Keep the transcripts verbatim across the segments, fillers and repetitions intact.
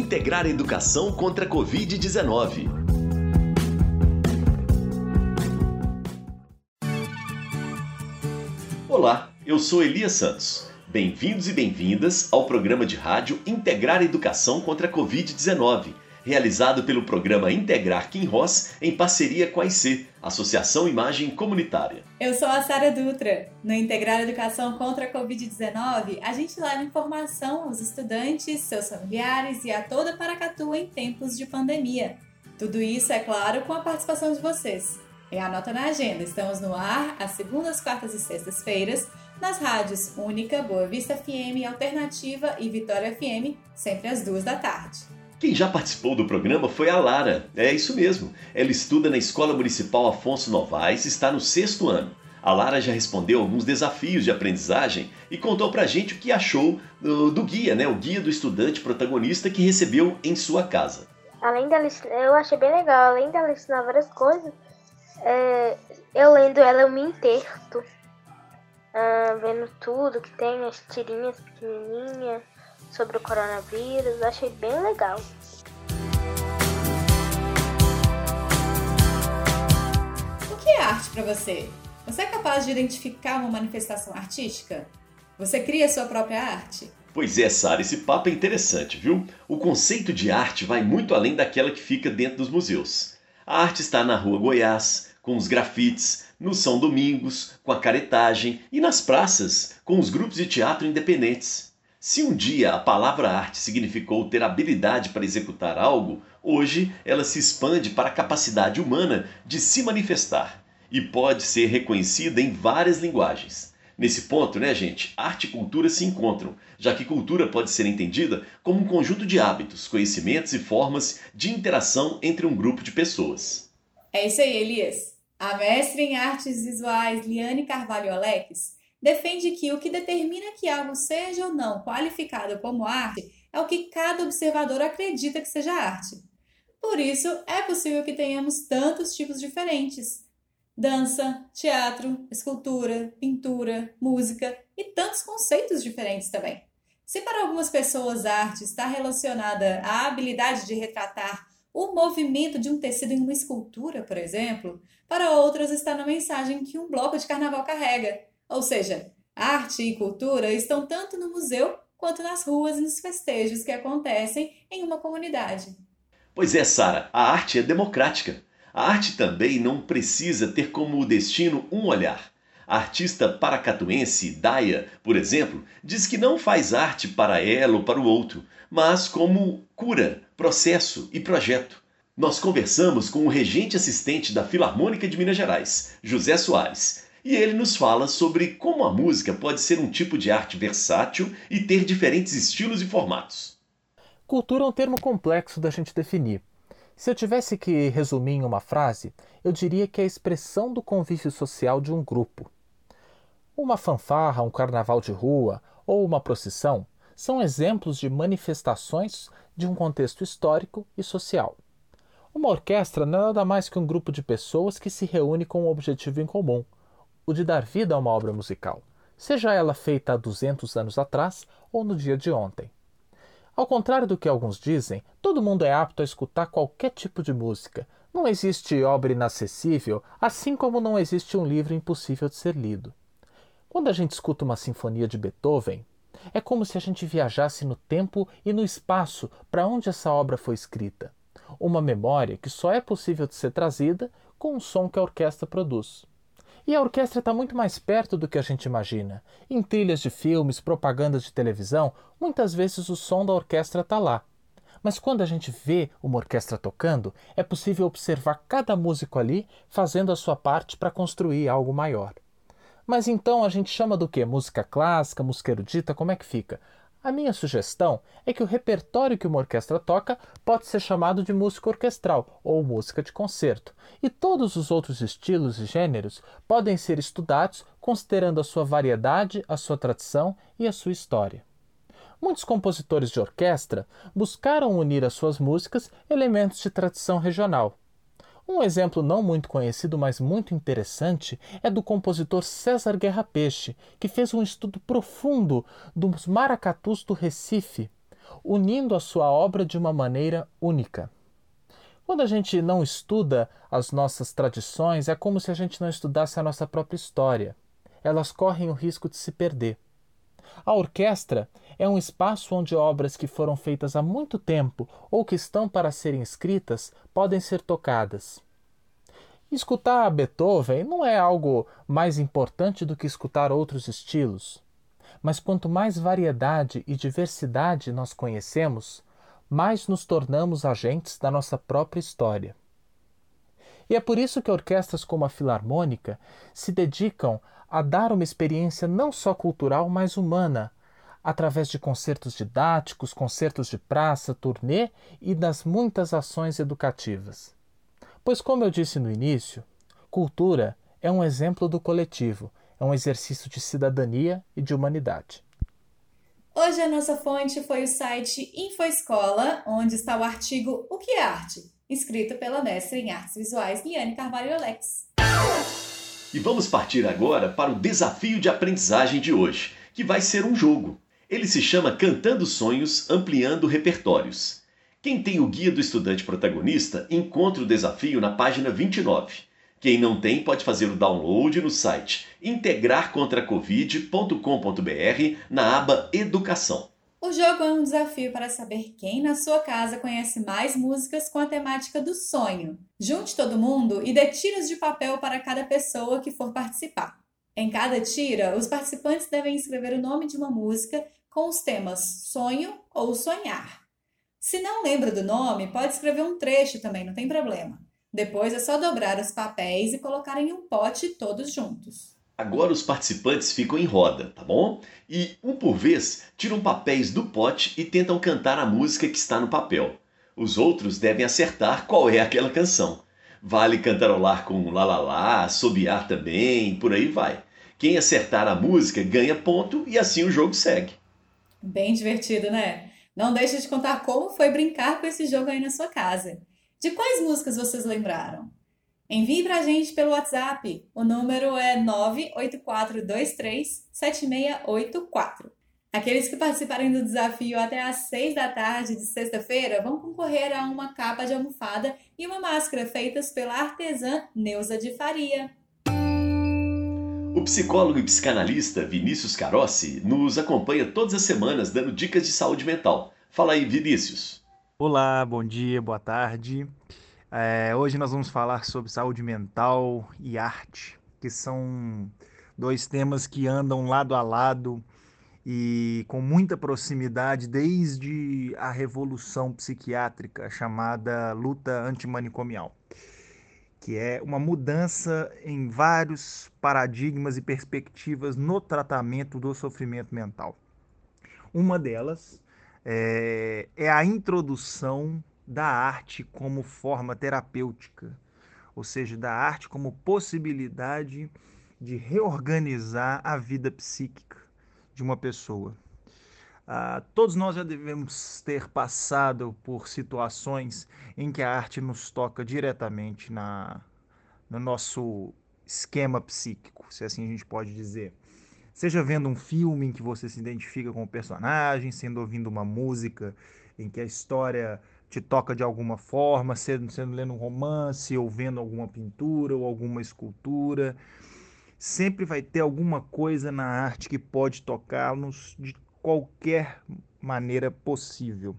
Integrar a educação contra a covid dezenove. Olá, eu sou Elias Santos. Bem-vindos e bem-vindas ao programa de rádio Integrar a Educação contra a covid dezenove, realizado pelo programa Integrar Kinross em parceria com a I C, Associação Imagem Comunitária. Eu sou a Sara Dutra. No Integrar a Educação contra a covid dezenove, a gente leva informação aos estudantes, seus familiares e a toda Paracatu em tempos de pandemia. Tudo isso, é claro, com a participação de vocês. E anota na agenda, estamos no ar às segundas, quartas e sextas-feiras, nas rádios Única, Boa Vista F M, Alternativa e Vitória F M, sempre às duas da tarde. Quem já participou do programa foi a Lara. É isso mesmo. Ela estuda na Escola Municipal Afonso Novaes e está no sexto ano. A Lara já respondeu alguns desafios de aprendizagem e contou pra gente o que achou do, do guia, né? O guia do estudante protagonista que recebeu em sua casa. Além dela, eu achei bem legal. Além dela ensinar várias coisas, é, eu lendo ela eu me enterto. Ah, vendo tudo que tem, as tirinhas pequenininhas sobre o coronavírus, achei bem legal. O que é arte para você? Você é capaz de identificar uma manifestação artística? Você cria sua própria arte? Pois é, Sara, esse papo é interessante, viu? O conceito de arte vai muito além daquela que fica dentro dos museus. A arte está na Rua Goiás, com os grafites, no São Domingos, com a caretagem e nas praças, com os grupos de teatro independentes. Se um dia a palavra arte significou ter habilidade para executar algo, hoje ela se expande para a capacidade humana de se manifestar e pode ser reconhecida em várias linguagens. Nesse ponto, né, gente, arte e cultura se encontram, já que cultura pode ser entendida como um conjunto de hábitos, conhecimentos e formas de interação entre um grupo de pessoas. É isso aí, Elias. A mestre em artes visuais Liane Carvalho Alex defende que o que determina que algo seja ou não qualificado como arte é o que cada observador acredita que seja arte. Por isso, é possível que tenhamos tantos tipos diferentes: dança, teatro, escultura, pintura, música e tantos conceitos diferentes também. Se para algumas pessoas a arte está relacionada à habilidade de retratar o movimento de um tecido em uma escultura, por exemplo, para outras está na mensagem que um bloco de carnaval carrega. Ou seja, arte e cultura estão tanto no museu quanto nas ruas e nos festejos que acontecem em uma comunidade. Pois é, Sara, a arte é democrática. A arte também não precisa ter como destino um olhar. A artista paracatuense Daya, por exemplo, diz que não faz arte para ela ou para o outro, mas como cura, processo e projeto. Nós conversamos com o regente assistente da Filarmônica de Minas Gerais, José Soares, e ele nos fala sobre como a música pode ser um tipo de arte versátil e ter diferentes estilos e formatos. Cultura é um termo complexo da gente definir. Se eu tivesse que resumir em uma frase, eu diria que é a expressão do convívio social de um grupo. Uma fanfarra, um carnaval de rua ou uma procissão são exemplos de manifestações de um contexto histórico e social. Uma orquestra não é nada mais que um grupo de pessoas que se reúne com um objetivo em comum, o de dar vida a uma obra musical, seja ela feita há duzentos anos atrás ou no dia de ontem. Ao contrário do que alguns dizem, todo mundo é apto a escutar qualquer tipo de música. Não existe obra inacessível, assim como não existe um livro impossível de ser lido. Quando a gente escuta uma sinfonia de Beethoven, é como se a gente viajasse no tempo e no espaço para onde essa obra foi escrita. Uma memória que só é possível de ser trazida com o som que a orquestra produz. E a orquestra está muito mais perto do que a gente imagina. Em trilhas de filmes, propagandas de televisão, muitas vezes o som da orquestra está lá. Mas quando a gente vê uma orquestra tocando, é possível observar cada músico ali fazendo a sua parte para construir algo maior. Mas então a gente chama do quê? Música clássica, música erudita, como é que fica? A minha sugestão é que o repertório que uma orquestra toca pode ser chamado de música orquestral ou música de concerto, e todos os outros estilos e gêneros podem ser estudados considerando a sua variedade, a sua tradição e a sua história. Muitos compositores de orquestra buscaram unir às suas músicas elementos de tradição regional. Um exemplo não muito conhecido, mas muito interessante, é do compositor César Guerra Peixe, que fez um estudo profundo dos maracatus do Recife. unindo a sua obra de uma maneira única. Quando a gente não estuda as nossas tradições, é como se a gente não estudasse a nossa própria história. Elas correm o risco de se perder. A orquestra é um espaço onde obras que foram feitas há muito tempo ou que estão para serem escritas podem ser tocadas. Escutar Beethoven não é algo mais importante do que escutar outros estilos. Mas quanto mais variedade e diversidade nós conhecemos, mais nos tornamos agentes da nossa própria história. E é por isso que orquestras como a Filarmônica se dedicam a dar uma experiência não só cultural, mas humana, através de concertos didáticos, concertos de praça, turnê e das muitas ações educativas. Pois, como eu disse no início, cultura é um exemplo do coletivo, é um exercício de cidadania e de humanidade. Hoje a nossa fonte foi o site InfoEscola, onde está o artigo O que é arte?, escrito pela mestre em artes visuais Liane Carvalho Alex. E vamos partir agora para o desafio de aprendizagem de hoje, que vai ser um jogo. Ele se chama Cantando Sonhos, Ampliando Repertórios. Quem tem o guia do estudante protagonista encontra o desafio na página vinte e nove. Quem não tem pode fazer o download no site integrar contra covid ponto com ponto b r na aba Educação. O jogo é um desafio para saber quem na sua casa conhece mais músicas com a temática do sonho. Junte todo mundo e dê tiras de papel para cada pessoa que for participar. Em cada tira, os participantes devem escrever o nome de uma música com os temas sonho ou sonhar. Se não lembra do nome, pode escrever um trecho também, não tem problema. Depois é só dobrar os papéis e colocar em um pote todos juntos. Agora os participantes ficam em roda, tá bom? E, um por vez, tiram papéis do pote e tentam cantar a música que está no papel. Os outros devem acertar qual é aquela canção. Vale cantarolar com lá lá lá, assobiar também, por aí vai. Quem acertar a música ganha ponto e assim o jogo segue. Bem divertido, né? Não deixe de contar como foi brincar com esse jogo aí na sua casa. De quais músicas vocês lembraram? Envie pra gente pelo WhatsApp. O número é nove oito quatro dois três sete seis oito quatro. Aqueles que participarem do desafio até às seis da tarde de sexta-feira vão concorrer a uma capa de almofada e uma máscara feitas pela artesã Neuza de Faria. O psicólogo e psicanalista Vinícius Carossi nos acompanha todas as semanas dando dicas de saúde mental. Fala aí, Vinícius. Olá, bom dia, boa tarde. É, hoje nós vamos falar sobre saúde mental e arte, que são dois temas que andam lado a lado e com muita proximidade desde a revolução psiquiátrica chamada luta antimanicomial, que é uma mudança em vários paradigmas e perspectivas no tratamento do sofrimento mental. Uma delas é, é a introdução da arte como forma terapêutica, ou seja, da arte como possibilidade de reorganizar a vida psíquica de uma pessoa. Ah, todos nós já devemos ter passado por situações em que a arte nos toca diretamente na, no nosso esquema psíquico, se assim a gente pode dizer. Seja vendo um filme em que você se identifica com o personagem, sendo ouvindo uma música em que a história te toca de alguma forma, sendo, sendo lendo um romance, ou vendo alguma pintura ou alguma escultura. Sempre vai ter alguma coisa na arte que pode tocar-nos de qualquer maneira possível.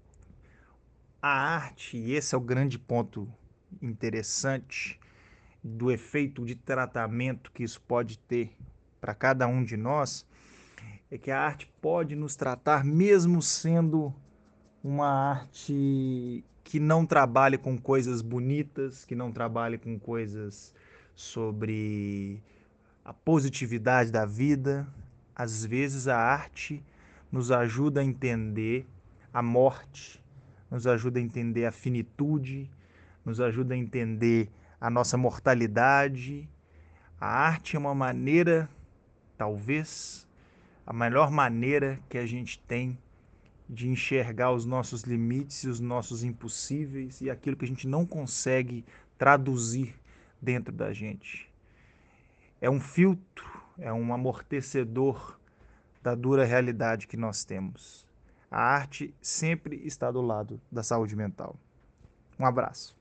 A arte, e esse é o grande ponto interessante do efeito de tratamento que isso pode ter para cada um de nós, é que a arte pode nos tratar mesmo sendo uma arte que não trabalhe com coisas bonitas, que não trabalhe com coisas sobre a positividade da vida. Às vezes a arte nos ajuda a entender a morte, nos ajuda a entender a finitude, nos ajuda a entender a nossa mortalidade. A arte é uma maneira, talvez, a melhor maneira que a gente tem de enxergar os nossos limites e os nossos impossíveis e aquilo que a gente não consegue traduzir dentro da gente. É um filtro, é um amortecedor da dura realidade que nós temos. A arte sempre está do lado da saúde mental. Um abraço.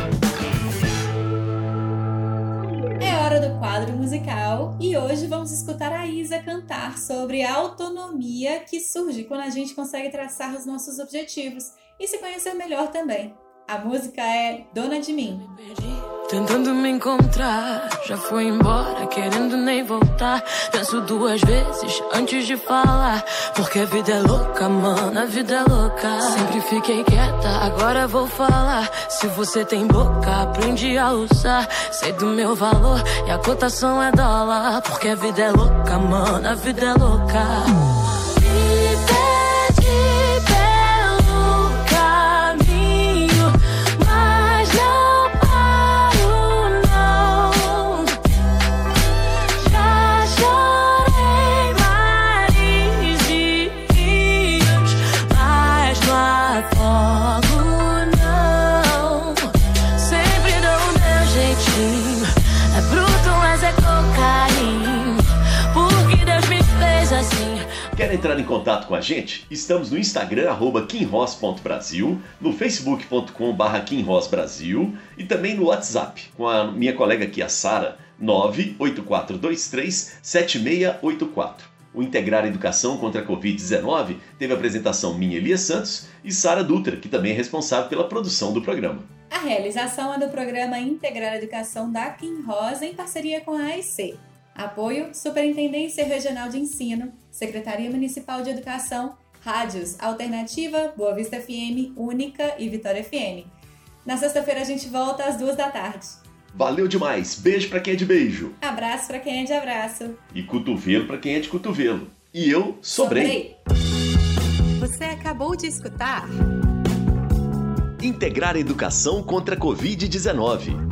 É hora do quadro musical e hoje vamos escutar a Isa cantar sobre a autonomia que surge quando a gente consegue traçar os nossos objetivos e se conhecer melhor também. A música é Dona de Mim. Tentando me encontrar, já foi embora, querendo nem voltar. Penso duas vezes antes de falar, porque a vida é louca, mano, a vida é louca. Sempre fiquei quieta, agora vou falar. Se você tem boca, aprende a usar. Sei do meu valor e a cotação é dólar, porque a vida é louca, mano, a vida é louca. Me pede pelo caminho, mas não Quer entrar em contato com a gente? Estamos no Instagram, arroba kinross ponto brasil, no facebook ponto com barra kinross brasil e também no WhatsApp, com a minha colega aqui, a Sara, nove oito quatro dois três sete seis oito quatro. O Integrar Educação contra a covid dezenove teve a apresentação minha, Elias Santos, e Sara Dutra, que também é responsável pela produção do programa. A realização é do programa Integrar Educação da Kinross em parceria com a A E C. Apoio, Superintendência Regional de Ensino, Secretaria Municipal de Educação, Rádios Alternativa, Boa Vista F M, Única e Vitória F M. Na sexta-feira a gente volta às duas da tarde. Valeu demais! Beijo pra quem é de beijo. Abraço pra quem é de abraço. E cotovelo pra quem é de cotovelo. E eu sobrei. sobrei. Você acabou de escutar Integrar Educação contra a covid dezenove.